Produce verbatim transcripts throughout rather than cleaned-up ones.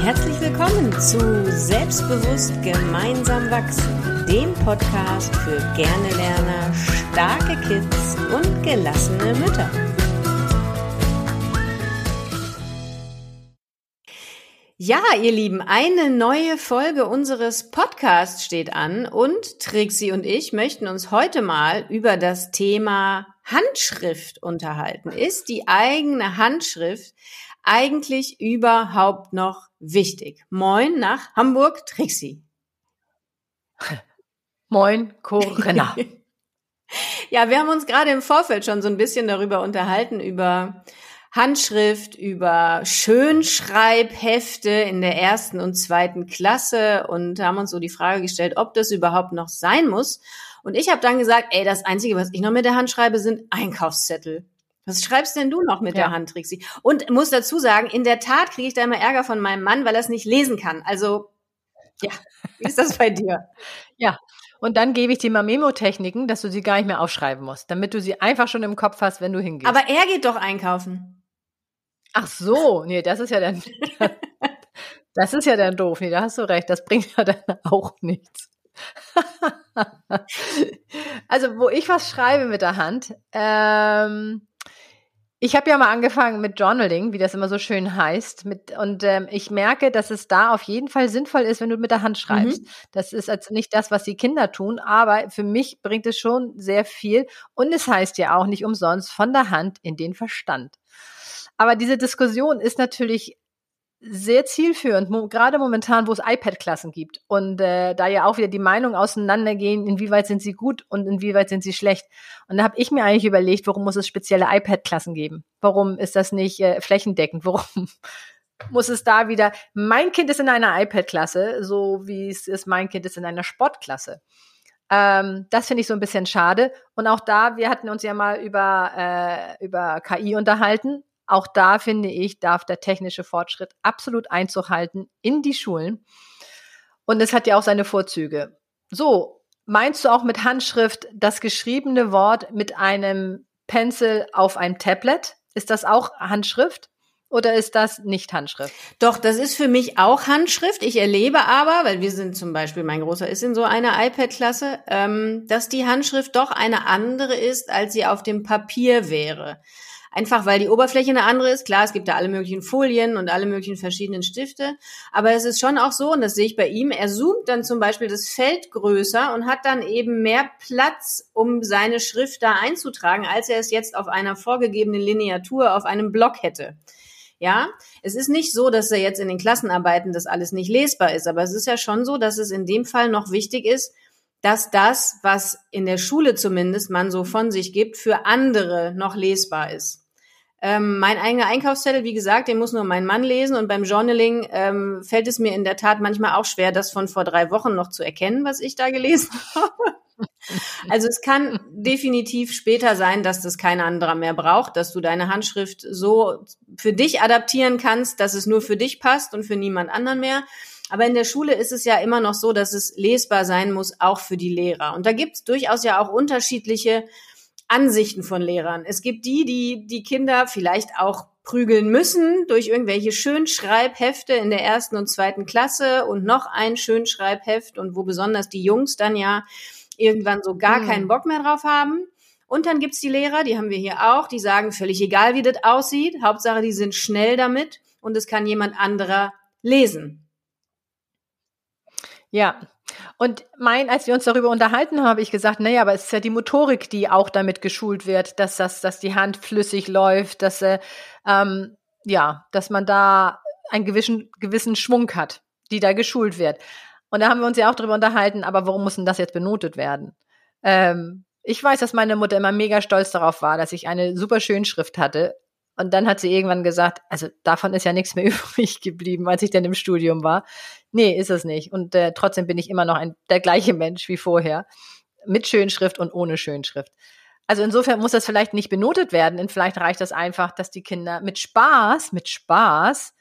Herzlich willkommen zu Selbstbewusst gemeinsam wachsen, dem Podcast für gerne Lerner, starke Kids und gelassene Mütter. Ja, ihr Lieben, eine neue Folge unseres Podcasts steht an und Trixie und ich möchten uns heute mal über das Thema Handschrift unterhalten. Ist die eigene Handschrift eigentlich überhaupt noch wichtig? Moin nach Hamburg, Trixie. Moin, Corinna. Ja, wir haben uns gerade im Vorfeld schon so ein bisschen darüber unterhalten, über Handschrift, über Schönschreibhefte in der ersten und zweiten Klasse und haben uns so die Frage gestellt, ob das überhaupt noch sein muss. Und ich habe dann gesagt, ey, das Einzige, was ich noch mit der Hand schreibe, sind Einkaufszettel. Was schreibst denn du noch mit ja. der Hand, Trixie? Und muss dazu sagen, in der Tat kriege ich da immer Ärger von meinem Mann, weil er es nicht lesen kann. Also, ja, wie ist das bei dir? Ja, und dann gebe ich dir mal Memo-Techniken, dass du sie gar nicht mehr aufschreiben musst, damit du sie einfach schon im Kopf hast, wenn du hingehst. Aber er geht doch einkaufen. Ach so, nee, das ist ja dann, das ist ja dann doof. Nee, da hast du recht, das bringt ja dann auch nichts. Also, wo ich was schreibe mit der Hand, ähm, ich habe ja mal angefangen mit Journaling, wie das immer so schön heißt, mit, und ähm, ich merke, dass es da auf jeden Fall sinnvoll ist, wenn du mit der Hand schreibst. Mhm. Das ist also nicht das, was die Kinder tun, aber für mich bringt es schon sehr viel und es heißt ja auch nicht umsonst von der Hand in den Verstand. Aber diese Diskussion ist natürlich sehr zielführend, mo- gerade momentan, wo es iPad-Klassen gibt und äh, da ja auch wieder die Meinungen auseinandergehen, inwieweit sind sie gut und inwieweit sind sie schlecht. Und da habe ich mir eigentlich überlegt, warum muss es spezielle iPad-Klassen geben? Warum ist das nicht äh, flächendeckend? Warum muss es da wieder, mein Kind ist in einer iPad-Klasse, so wie es ist, mein Kind ist in einer Sportklasse. Ähm, das finde ich so ein bisschen schade. Und auch da, wir hatten uns ja mal über, äh, über K I unterhalten. Auch da, finde ich, darf der technische Fortschritt absolut Einzug halten in die Schulen. Und es hat ja auch seine Vorzüge. So, meinst du auch mit Handschrift das geschriebene Wort mit einem Pencil auf ein Tablet? Ist das auch Handschrift? Oder ist das nicht Handschrift? Doch, das ist für mich auch Handschrift. Ich erlebe aber, weil wir sind zum Beispiel, mein Großer ist in so einer iPad-Klasse, ähm, dass die Handschrift doch eine andere ist, als sie auf dem Papier wäre. Einfach, weil die Oberfläche eine andere ist. Klar, es gibt da alle möglichen Folien und alle möglichen verschiedenen Stifte. Aber es ist schon auch so, und das sehe ich bei ihm, er zoomt dann zum Beispiel das Feld größer und hat dann eben mehr Platz, um seine Schrift da einzutragen, als er es jetzt auf einer vorgegebenen Lineatur auf einem Block hätte. Ja, es ist nicht so, dass er jetzt in den Klassenarbeiten das alles nicht lesbar ist. Aber es ist ja schon so, dass es in dem Fall noch wichtig ist, dass das, was in der Schule zumindest man so von sich gibt, für andere noch lesbar ist. Ähm, mein eigener Einkaufszettel, wie gesagt, den muss nur mein Mann lesen und beim Journaling ähm, fällt es mir in der Tat manchmal auch schwer, das von vor drei Wochen noch zu erkennen, was ich da gelesen habe. Also es kann definitiv später sein, dass das kein anderer mehr braucht, dass du deine Handschrift so für dich adaptieren kannst, dass es nur für dich passt und für niemand anderen mehr. Aber in der Schule ist es ja immer noch so, dass es lesbar sein muss, auch für die Lehrer. Und da gibt es durchaus ja auch unterschiedliche Ansichten von Lehrern. Es gibt die, die die Kinder vielleicht auch prügeln müssen durch irgendwelche Schönschreibhefte in der ersten und zweiten Klasse und noch ein Schönschreibheft und wo besonders die Jungs dann ja irgendwann so gar mhm. keinen Bock mehr drauf haben. Und dann gibt's die Lehrer, die haben wir hier auch, die sagen, völlig egal, wie das aussieht, Hauptsache, die sind schnell damit und es kann jemand anderer lesen. Ja, und mein, als wir uns darüber unterhalten haben, habe ich gesagt, naja, aber es ist ja die Motorik, die auch damit geschult wird, dass das, dass die Hand flüssig läuft, dass äh, ähm, ja, dass man da einen gewissen, gewissen Schwung hat, die da geschult wird. Und da haben wir uns ja auch darüber unterhalten, aber warum muss denn das jetzt benotet werden? Ähm, ich weiß, dass meine Mutter immer mega stolz darauf war, dass ich eine super Schönschrift hatte. Und dann hat sie irgendwann gesagt, also davon ist ja nichts mehr übrig geblieben, als ich dann im Studium war. Nee, ist es nicht. Und äh, trotzdem bin ich immer noch ein, der gleiche Mensch wie vorher, mit Schönschrift und ohne Schönschrift. Also insofern muss das vielleicht nicht benotet werden. Und vielleicht reicht das einfach, dass die Kinder mit Spaß, mit Spaß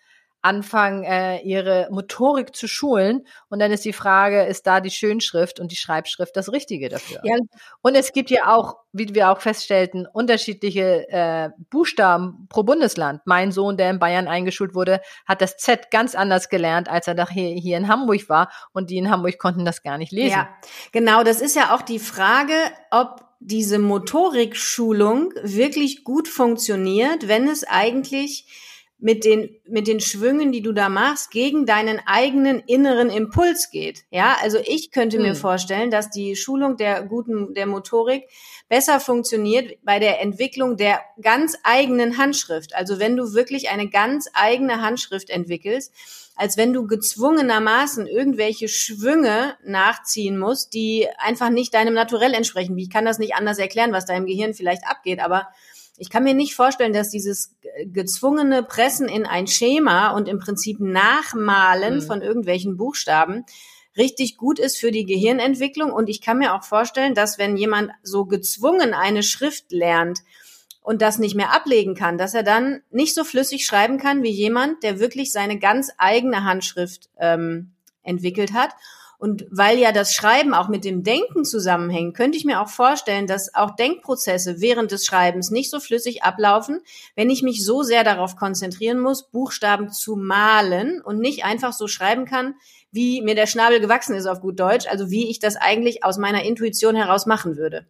anfangen, äh, ihre Motorik zu schulen. Und dann ist die Frage, ist da die Schönschrift und die Schreibschrift das Richtige dafür? Ja. Und es gibt ja auch, wie wir auch feststellten, unterschiedliche äh, Buchstaben pro Bundesland. Mein Sohn, der in Bayern eingeschult wurde, hat das Z ganz anders gelernt, als er hier, hier in Hamburg war. Und die in Hamburg konnten das gar nicht lesen. Ja, genau. Das ist ja auch die Frage, ob diese Motorikschulung wirklich gut funktioniert, wenn es eigentlich mit den, mit den Schwüngen, die du da machst, gegen deinen eigenen inneren Impuls geht. Ja, also ich könnte hm. mir vorstellen, dass die Schulung der guten, der Motorik besser funktioniert bei der Entwicklung der ganz eigenen Handschrift. Also wenn du wirklich eine ganz eigene Handschrift entwickelst, als wenn du gezwungenermaßen irgendwelche Schwünge nachziehen musst, die einfach nicht deinem Naturell entsprechen. Ich kann das nicht anders erklären, was da im Gehirn vielleicht abgeht, aber ich kann mir nicht vorstellen, dass dieses gezwungene Pressen in ein Schema und im Prinzip Nachmalen mhm. von irgendwelchen Buchstaben richtig gut ist für die Gehirnentwicklung. Und ich kann mir auch vorstellen, dass wenn jemand so gezwungen eine Schrift lernt und das nicht mehr ablegen kann, dass er dann nicht so flüssig schreiben kann wie jemand, der wirklich seine ganz eigene Handschrift ähm, entwickelt hat. Und weil ja das Schreiben auch mit dem Denken zusammenhängt, könnte ich mir auch vorstellen, dass auch Denkprozesse während des Schreibens nicht so flüssig ablaufen, wenn ich mich so sehr darauf konzentrieren muss, Buchstaben zu malen und nicht einfach so schreiben kann, wie mir der Schnabel gewachsen ist auf gut Deutsch, also wie ich das eigentlich aus meiner Intuition heraus machen würde.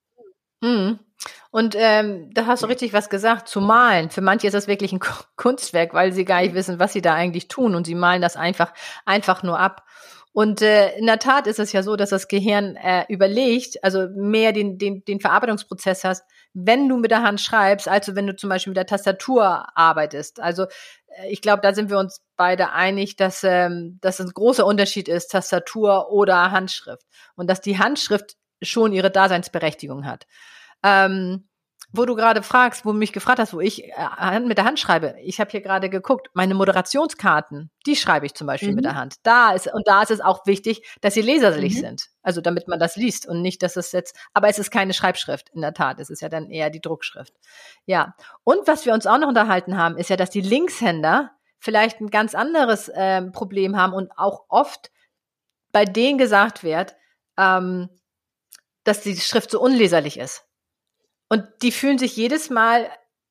Hm. Und ähm, da hast du richtig was gesagt, zu malen. Für manche ist das wirklich ein Kunstwerk, weil sie gar nicht wissen, was sie da eigentlich tun und sie malen das einfach einfach nur ab. Und äh, in der Tat ist es ja so, dass das Gehirn äh, überlegt, also mehr den, den, den Verarbeitungsprozess hast, wenn du mit der Hand schreibst, als wenn du zum Beispiel mit der Tastatur arbeitest. Also äh, ich glaube, da sind wir uns beide einig, dass ähm, dass ein großer Unterschied ist, Tastatur oder Handschrift. Und dass die Handschrift schon ihre Daseinsberechtigung hat. Ähm, wo du gerade fragst, wo du mich gefragt hast, wo ich äh, mit der Hand schreibe. Ich habe hier gerade geguckt, meine Moderationskarten, die schreibe ich zum Beispiel mhm. mit der Hand. Da ist, und da ist es auch wichtig, dass sie leserlich mhm. sind. Also damit man das liest und nicht, dass es jetzt, aber es ist keine Schreibschrift, in der Tat. Es ist ja dann eher die Druckschrift. Ja. Und was wir uns auch noch unterhalten haben, ist ja, dass die Linkshänder vielleicht ein ganz anderes äh, Problem haben und auch oft bei denen gesagt wird, ähm, dass die Schrift so unleserlich ist. Und die fühlen sich jedes Mal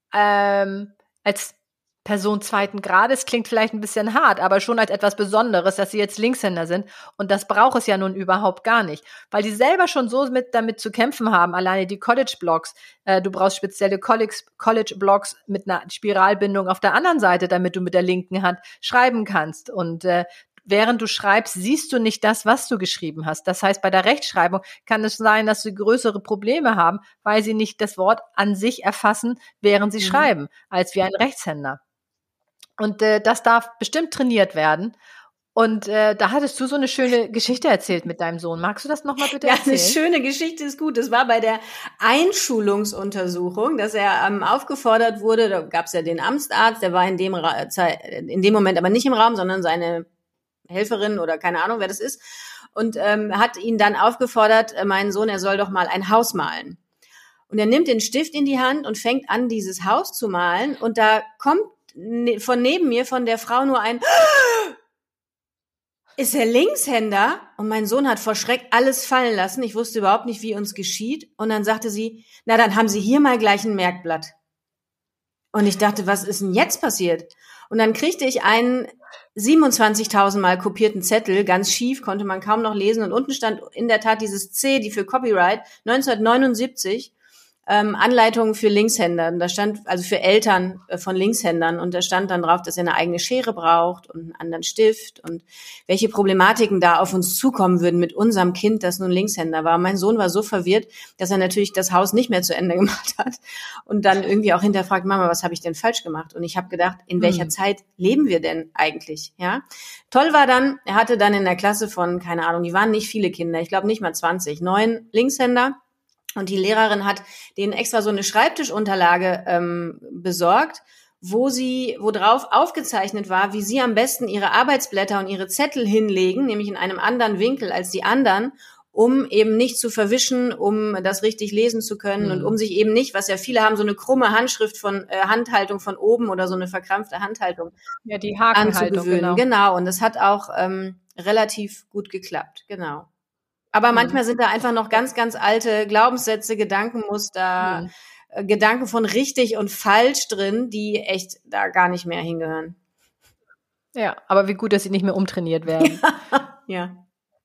ähm, als Person zweiten Grades, klingt vielleicht ein bisschen hart, aber schon als etwas Besonderes, dass sie jetzt Linkshänder sind. Und das braucht es ja nun überhaupt gar nicht, weil die selber schon so mit damit zu kämpfen haben. Alleine die College-Blocks, äh, du brauchst spezielle College-Blocks mit einer Spiralbindung auf der anderen Seite, damit du mit der linken Hand schreiben kannst. Und äh, während du schreibst, siehst du nicht das, was du geschrieben hast. Das heißt, bei der Rechtschreibung kann es sein, dass sie größere Probleme haben, weil sie nicht das Wort an sich erfassen, während sie mhm. schreiben, als wie ein Rechtshänder. Und äh, das darf bestimmt trainiert werden. Und äh, da hattest du so eine schöne Geschichte erzählt mit deinem Sohn. Magst du das nochmal bitte erzählen? Ja, eine schöne Geschichte ist gut. Das war bei der Einschulungsuntersuchung, dass er ähm, aufgefordert wurde, da gab es ja den Amtsarzt, der war in dem, Ra- in dem Moment aber nicht im Raum, sondern seine Helferin oder keine Ahnung, wer das ist, und ähm, hat ihn dann aufgefordert, äh, meinen Sohn, er soll doch mal ein Haus malen. Und er nimmt den Stift in die Hand und fängt an, dieses Haus zu malen, und da kommt ne- von neben mir von der Frau nur ein ist er Linkshänder? Und mein Sohn hat vor Schreck alles fallen lassen. Ich wusste überhaupt nicht, wie uns geschieht. Und dann sagte sie, na, dann haben Sie hier mal gleich ein Merkblatt. Und ich dachte, was ist denn jetzt passiert? Und dann kriegte ich einen siebenundzwanzigtausend Mal kopierten Zettel, ganz schief, konnte man kaum noch lesen. Und unten stand in der Tat dieses C, die für Copyright, neunzehnhundertneunundsiebzig, ähm, Anleitungen für Linkshänder. Und da stand, also für Eltern äh, von Linkshändern. Und da stand dann drauf, dass er eine eigene Schere braucht und einen anderen Stift und welche Problematiken da auf uns zukommen würden mit unserem Kind, das nun Linkshänder war. Mein Sohn war so verwirrt, dass er natürlich das Haus nicht mehr zu Ende gemacht hat und dann irgendwie auch hinterfragt, Mama, was habe ich denn falsch gemacht? Und ich habe gedacht, in welcher hm. Zeit leben wir denn eigentlich? Ja, toll war dann, er hatte dann in der Klasse von, keine Ahnung, die waren nicht viele Kinder, ich glaube nicht mal zwanzig, neun Linkshänder. Und die Lehrerin hat denen extra so eine Schreibtischunterlage ähm, besorgt, wo sie, wo drauf aufgezeichnet war, wie sie am besten ihre Arbeitsblätter und ihre Zettel hinlegen, nämlich in einem anderen Winkel als die anderen, um eben nicht zu verwischen, um das richtig lesen zu können mhm. und um sich eben nicht, was ja viele haben, so eine krumme Handschrift von äh, Handhaltung von oben oder so eine verkrampfte Handhaltung ja, die Hakenhaltung, anzugewöhnen. Genau. genau, und das hat auch ähm, relativ gut geklappt, genau. Aber mhm. manchmal sind da einfach noch ganz, ganz alte Glaubenssätze, Gedankenmuster, mhm. äh, Gedanken von richtig und falsch drin, die echt da gar nicht mehr hingehören. Ja, aber wie gut, dass sie nicht mehr umtrainiert werden. ja.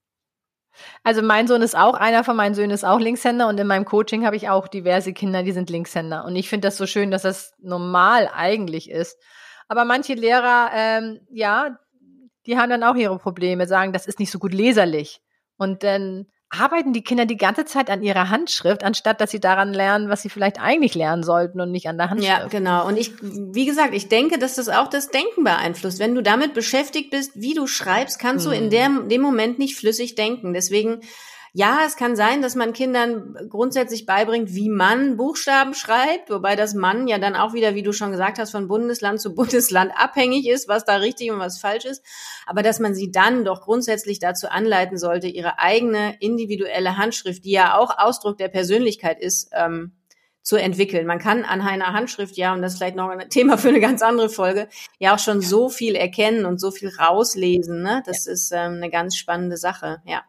Also mein Sohn ist auch, einer von meinen Söhnen ist auch Linkshänder und in meinem Coaching habe ich auch diverse Kinder, die sind Linkshänder. Und ich finde das so schön, dass das normal eigentlich ist. Aber manche Lehrer, ähm, ja, die haben dann auch ihre Probleme, sagen, das ist nicht so gut leserlich. Und dann arbeiten die Kinder die ganze Zeit an ihrer Handschrift, anstatt dass sie daran lernen, was sie vielleicht eigentlich lernen sollten und nicht an der Handschrift. Ja, genau. Und ich, wie gesagt, ich denke, dass das auch das Denken beeinflusst. Wenn du damit beschäftigt bist, wie du schreibst, kannst hm. du in der, dem Moment nicht flüssig denken. Deswegen, ja, es kann sein, dass man Kindern grundsätzlich beibringt, wie man Buchstaben schreibt, wobei das Mann ja dann auch wieder, wie du schon gesagt hast, von Bundesland zu Bundesland abhängig ist, was da richtig und was falsch ist. Aber dass man sie dann doch grundsätzlich dazu anleiten sollte, ihre eigene individuelle Handschrift, die ja auch Ausdruck der Persönlichkeit ist, ähm, zu entwickeln. Man kann an einer Handschrift, ja, und das ist vielleicht noch ein Thema für eine ganz andere Folge, ja auch schon so viel erkennen und so viel rauslesen, ne? Das ist ähm, eine ganz spannende Sache, ja.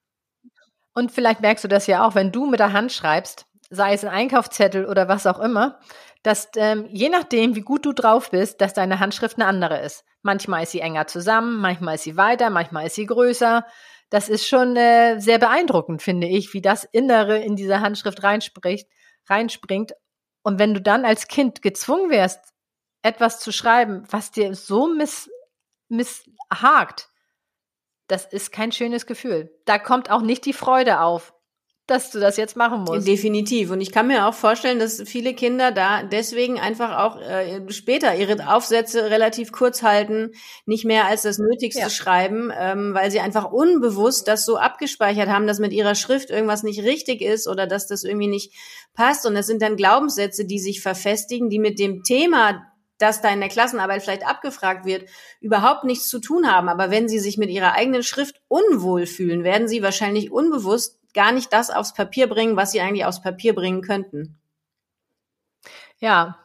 Und vielleicht merkst du das ja auch, wenn du mit der Hand schreibst, sei es ein Einkaufszettel oder was auch immer, dass ähm, je nachdem, wie gut du drauf bist, dass deine Handschrift eine andere ist. Manchmal ist sie enger zusammen, manchmal ist sie weiter, manchmal ist sie größer. Das ist schon äh, sehr beeindruckend, finde ich, wie das Innere in diese Handschrift reinspricht, reinspringt. Und wenn du dann als Kind gezwungen wärst, etwas zu schreiben, was dir so miss, misshakt, das ist kein schönes Gefühl. Da kommt auch nicht die Freude auf, dass du das jetzt machen musst. Definitiv. Und ich kann mir auch vorstellen, dass viele Kinder da deswegen einfach auch äh, später ihre Aufsätze relativ kurz halten, nicht mehr als das Nötigste ja. schreiben, ähm, weil sie einfach unbewusst das so abgespeichert haben, dass mit ihrer Schrift irgendwas nicht richtig ist oder dass das irgendwie nicht passt. Und das sind dann Glaubenssätze, die sich verfestigen, die mit dem Thema, das da in der Klassenarbeit vielleicht abgefragt wird, überhaupt nichts zu tun haben. Aber wenn sie sich mit ihrer eigenen Schrift unwohl fühlen, werden sie wahrscheinlich unbewusst gar nicht das aufs Papier bringen, was sie eigentlich aufs Papier bringen könnten. Ja,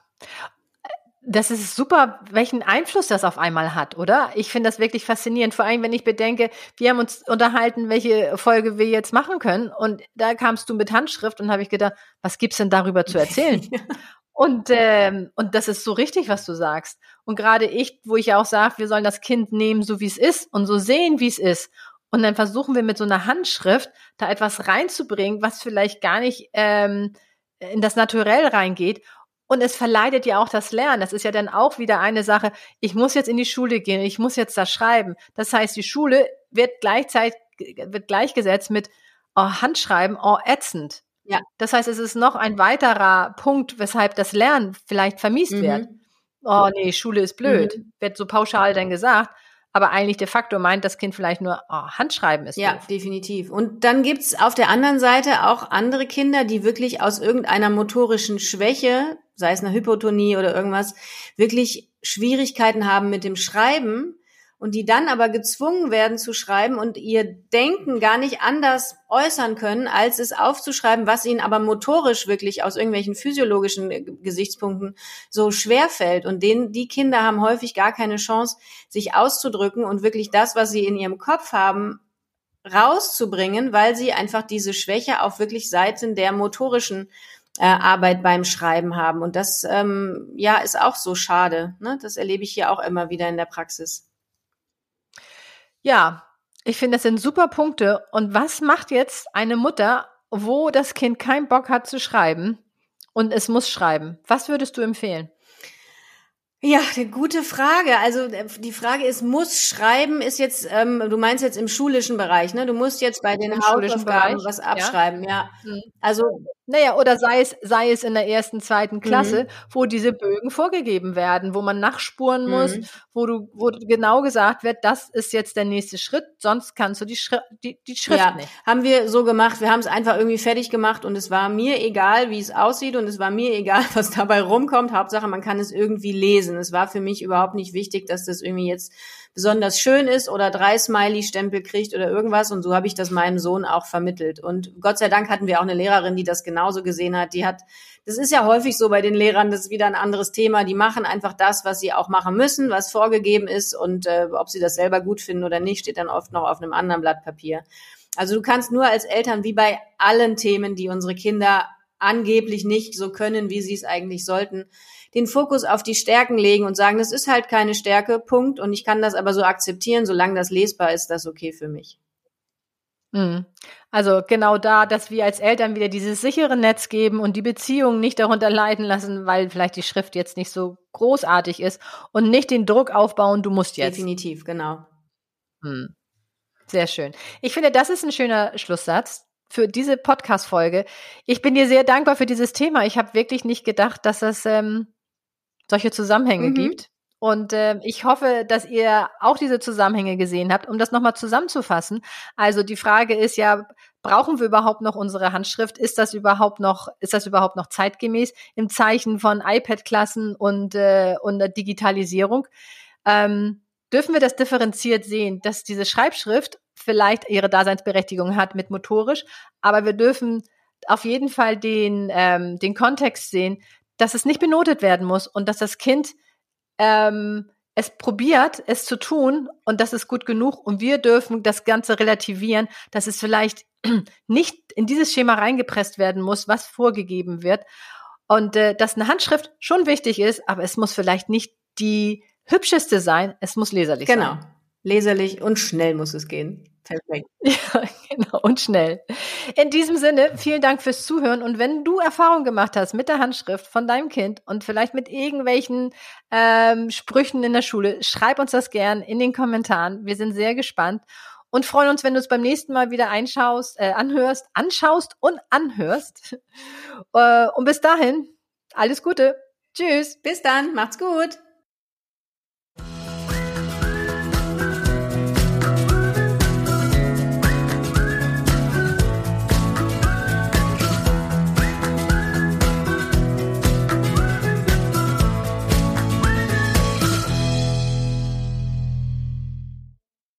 das ist super, welchen Einfluss das auf einmal hat, oder? Ich finde das wirklich faszinierend, vor allem, wenn ich bedenke, wir haben uns unterhalten, welche Folge wir jetzt machen können und da kamst du mit Handschrift und habe ich gedacht, was gibt's denn darüber zu erzählen? ja. Und ähm, und das ist so richtig, was du sagst. Und gerade ich, wo ich ja auch sage, wir sollen das Kind nehmen, so wie es ist und so sehen, wie es ist. Und dann versuchen wir mit so einer Handschrift da etwas reinzubringen, was vielleicht gar nicht ähm, in das Naturell reingeht. Und es verleidet ja auch das Lernen. Das ist ja dann auch wieder eine Sache, ich muss jetzt in die Schule gehen, ich muss jetzt da schreiben. Das heißt, die Schule wird gleichzeitig wird gleichgesetzt mit oh, Handschreiben, oh, ätzend. Ja. Das heißt, es ist noch ein weiterer Punkt, weshalb das Lernen vielleicht vermiest mhm. wird. Oh nee, Schule ist blöd, mhm. wird so pauschal dann gesagt. Aber eigentlich de facto meint das Kind vielleicht nur, oh, Handschreiben ist ja, doof. Definitiv. Und dann gibt's auf der anderen Seite auch andere Kinder, die wirklich aus irgendeiner motorischen Schwäche, sei es eine Hypotonie oder irgendwas, wirklich Schwierigkeiten haben mit dem Schreiben und die dann aber gezwungen werden zu schreiben und ihr Denken gar nicht anders äußern können, als es aufzuschreiben, was ihnen aber motorisch wirklich aus irgendwelchen physiologischen Gesichtspunkten so schwer fällt. Und denen, die Kinder haben häufig gar keine Chance, sich auszudrücken und wirklich das, was sie in ihrem Kopf haben, rauszubringen, weil sie einfach diese Schwäche auf wirklich Seiten der motorischen äh, Arbeit beim Schreiben haben. Und das ähm, ja ist auch so schade. Ne? Das erlebe ich hier auch immer wieder in der Praxis. Ja, ich finde, das sind super Punkte. Und was macht jetzt eine Mutter, wo das Kind keinen Bock hat zu schreiben und es muss schreiben? Was würdest du empfehlen? Ja, eine gute Frage. Also die Frage ist, muss schreiben, ist jetzt, ähm, du meinst jetzt im schulischen Bereich, ne? Du musst jetzt bei den Hausaufgaben was abschreiben, ja. ja. Mhm. Also Naja, oder sei es, sei es in der ersten, zweiten Klasse, Mhm. wo diese Bögen vorgegeben werden, wo man nachspuren muss, Mhm. wo du, wo genau gesagt wird, das ist jetzt der nächste Schritt, sonst kannst du die, Schri- die, die Schrift Ja, nicht. haben wir so gemacht. Wir haben es einfach irgendwie fertig gemacht und es war mir egal, wie es aussieht und es war mir egal, was dabei rumkommt. Hauptsache, man kann es irgendwie lesen. Es war für mich überhaupt nicht wichtig, dass das irgendwie jetzt besonders schön ist oder drei Smiley-Stempel kriegt oder irgendwas. Und so habe ich das meinem Sohn auch vermittelt. Und Gott sei Dank hatten wir auch eine Lehrerin, die das genauso gesehen hat. Die hat, das ist ja häufig so bei den Lehrern, das ist wieder ein anderes Thema. Die machen einfach das, was sie auch machen müssen, was vorgegeben ist. Und äh, ob sie das selber gut finden oder nicht, steht dann oft noch auf einem anderen Blatt Papier. Also du kannst nur als Eltern, wie bei allen Themen, die unsere Kinder angeblich nicht so können, wie sie es eigentlich sollten, den Fokus auf die Stärken legen und sagen, das ist halt keine Stärke, Punkt. Und ich kann das aber so akzeptieren, solange das lesbar ist, das okay für mich. Mhm. Also genau da, dass wir als Eltern wieder dieses sichere Netz geben und die Beziehung nicht darunter leiden lassen, weil vielleicht die Schrift jetzt nicht so großartig ist und nicht den Druck aufbauen, du musst jetzt. Definitiv, genau. Hm. Sehr schön. Ich finde, das ist ein schöner Schlusssatz für diese Podcast-Folge. Ich bin dir sehr dankbar für dieses Thema. Ich habe wirklich nicht gedacht, dass es ähm, solche Zusammenhänge Mhm. gibt. Und äh, ich hoffe, dass ihr auch diese Zusammenhänge gesehen habt, um das nochmal zusammenzufassen. Also die Frage ist ja, brauchen wir überhaupt noch unsere Handschrift? Ist das überhaupt noch, ist das überhaupt noch zeitgemäß im Zeichen von iPad-Klassen und, äh, und der Digitalisierung? Ähm, dürfen wir das differenziert sehen, dass diese Schreibschrift vielleicht ihre Daseinsberechtigung hat mit motorisch, aber wir dürfen auf jeden Fall den, ähm, den Kontext sehen, dass es nicht benotet werden muss und dass das Kind ähm, es probiert, es zu tun und das ist gut genug und wir dürfen das Ganze relativieren, dass es vielleicht nicht in dieses Schema reingepresst werden muss, was vorgegeben wird und äh, dass eine Handschrift schon wichtig ist, aber es muss vielleicht nicht die hübscheste sein, es muss leserlich Genau. sein. Genau. Leserlich und schnell muss es gehen. Perfekt. Ja, genau, und schnell. In diesem Sinne, vielen Dank fürs Zuhören. Und wenn du Erfahrung gemacht hast mit der Handschrift von deinem Kind und vielleicht mit irgendwelchen ähm, Sprüchen in der Schule, schreib uns das gern in den Kommentaren. Wir sind sehr gespannt und freuen uns, wenn du es beim nächsten Mal wieder einschaust, äh, anhörst, anschaust und anhörst. äh, und bis dahin, alles Gute. Tschüss. Bis dann. Macht's gut.